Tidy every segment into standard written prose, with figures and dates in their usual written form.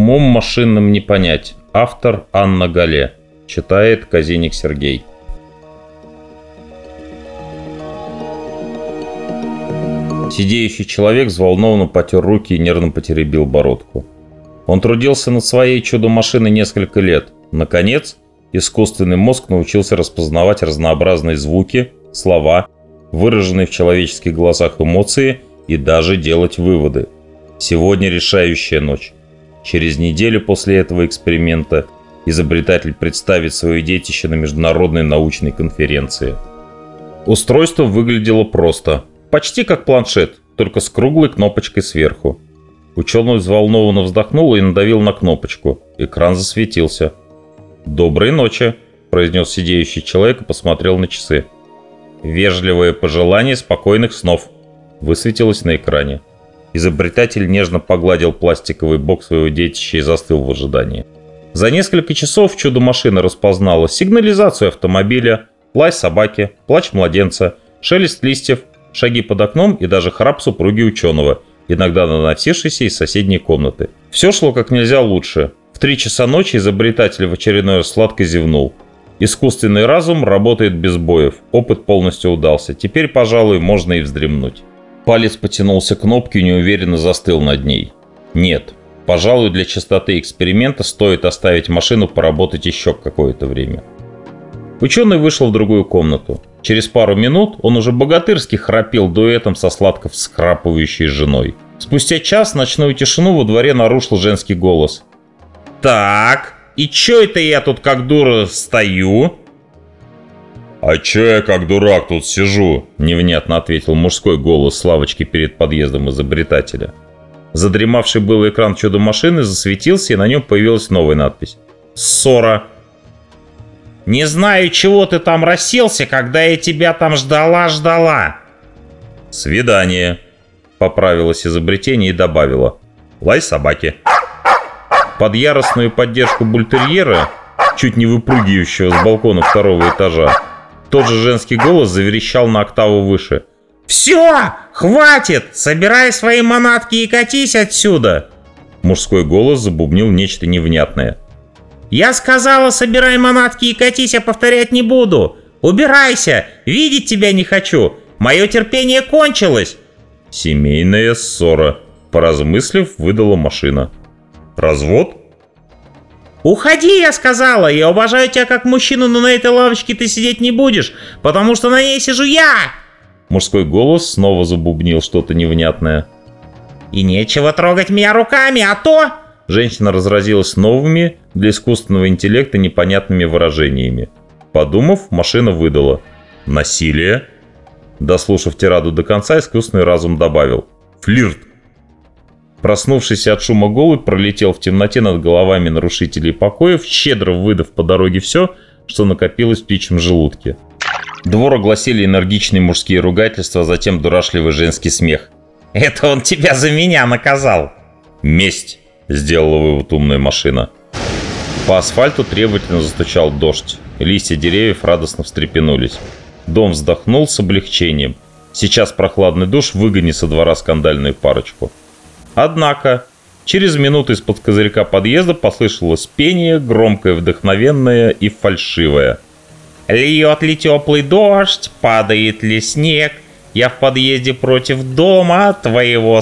Умом машинным не понять. Автор Анна Гале. Читает Казиник Сергей. Сидеющий человек взволнованно потер руки и нервно потеребил бородку. Он трудился над своей чудо-машиной несколько лет. Наконец, искусственный мозг научился распознавать разнообразные звуки, слова, выраженные в человеческих глазах эмоции и даже делать выводы. Сегодня решающая ночь. Через неделю после этого эксперимента изобретатель представит свое детище на международной научной конференции. Устройство выглядело просто. Почти как планшет, только с круглой кнопочкой сверху. Ученый взволнованно вздохнул и надавил на кнопочку. Экран засветился. «Доброй ночи», – произнес сидеющий человек и посмотрел на часы. «Вежливое пожелание спокойных снов», – высветилось на экране. Изобретатель нежно погладил пластиковый бок своего детища и застыл в ожидании. За несколько часов чудо-машина распознала сигнализацию автомобиля, лай собаки, плач младенца, шелест листьев, шаги под окном и даже храп супруги ученого, иногда доносившийся из соседней комнаты. Все шло как нельзя лучше. В 3 часа ночи изобретатель в очередной раз сладко зевнул. Искусственный разум работает без боев. Опыт полностью удался. Теперь, пожалуй, можно и вздремнуть. Палец потянулся к кнопке и неуверенно застыл над ней. Нет, пожалуй, для чистоты эксперимента стоит оставить машину поработать еще какое-то время. Ученый вышел в другую комнату. Через пару минут он уже богатырски храпел дуэтом со сладко всхрапывающей женой. Спустя час ночную тишину во дворе нарушил женский голос. «Так, и чё это я тут как дура стою?» «А чё я как дурак тут сижу?» – невнятно ответил мужской голос с лавочки перед подъездом изобретателя. Задремавший был экран чудо-машины засветился, и на нем появилась новая надпись. «Ссора». «Не знаю, чего ты там расселся, когда я тебя там ждала». «Свидание», – поправилось изобретение и добавило. «Лай собаки». Под яростную поддержку бультерьера, чуть не выпрыгивающего с балкона 2-го этажа, тот же женский голос заверещал на октаву выше. «Все! Хватит! Собирай свои манатки и катись отсюда!» Мужской голос забубнил нечто невнятное. «Я сказала, собирай манатки и катись, я повторять не буду! Убирайся! Видеть тебя не хочу! Мое терпение кончилось!» «Семейная ссора», – поразмыслив, выдала машина. «Развод?» «Уходи, я сказала! Я уважаю тебя как мужчину, но на этой лавочке ты сидеть не будешь, потому что на ней сижу я!» Мужской голос снова забубнил что-то невнятное. «И нечего трогать меня руками, а то...» Женщина разразилась новыми для искусственного интеллекта непонятными выражениями. Подумав, машина выдала. «Насилие?» Дослушав тираду до конца, искусственный разум добавил. «Флирт!» Проснувшийся от шума голубь пролетел в темноте над головами нарушителей покоев, щедро выдав по дороге все, что накопилось в птичьем желудке. Двор огласили энергичные мужские ругательства, а затем дурашливый женский смех. «Это он тебя за меня наказал!» «Месть!» – сделала вывод умная машина. По асфальту требовательно застучал дождь. Листья деревьев радостно встрепенулись. Дом вздохнул с облегчением. Сейчас прохладный душ выгонит со двора скандальную парочку. Однако, через минуту из-под козырька подъезда послышалось пение, громкое, вдохновенное и фальшивое. «Льет ли теплый дождь, падает ли снег, я в подъезде против дома твоего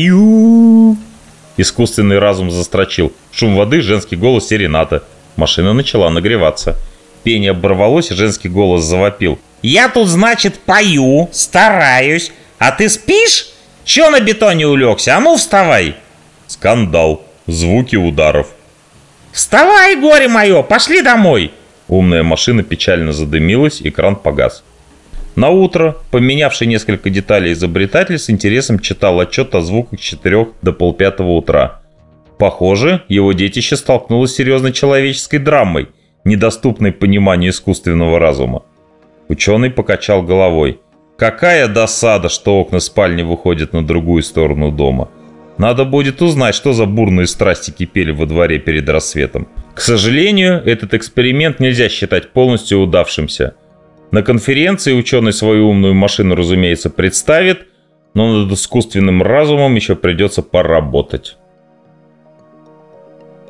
стою». Искусственный разум застрочил. Шум воды, женский голос серената. Машина начала нагреваться. Пение оборвалось, и женский голос завопил. «Я тут, значит, пою, стараюсь, а ты спишь? Чё на бетоне улегся? А ну вставай!» Скандал. Звуки ударов. «Вставай, горе мое! Пошли домой!» Умная машина печально задымилась, экран погас. Наутро, поменявший несколько деталей изобретатель, с интересом читал отчет о звуках с 4 до 4:30 утра. Похоже, его детище столкнулось с серьезной человеческой драмой, недоступной пониманию искусственного разума. Ученый покачал головой. Какая досада, что окна спальни выходят на другую сторону дома. Надо будет узнать, что за бурные страсти кипели во дворе перед рассветом. К сожалению, этот эксперимент нельзя считать полностью удавшимся. На конференции ученый свою умную машину, разумеется, представит, но над искусственным разумом еще придется поработать.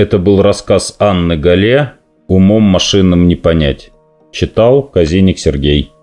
Это был рассказ Анны Гале «Умом машинам не понять». Читал Казиник Сергей.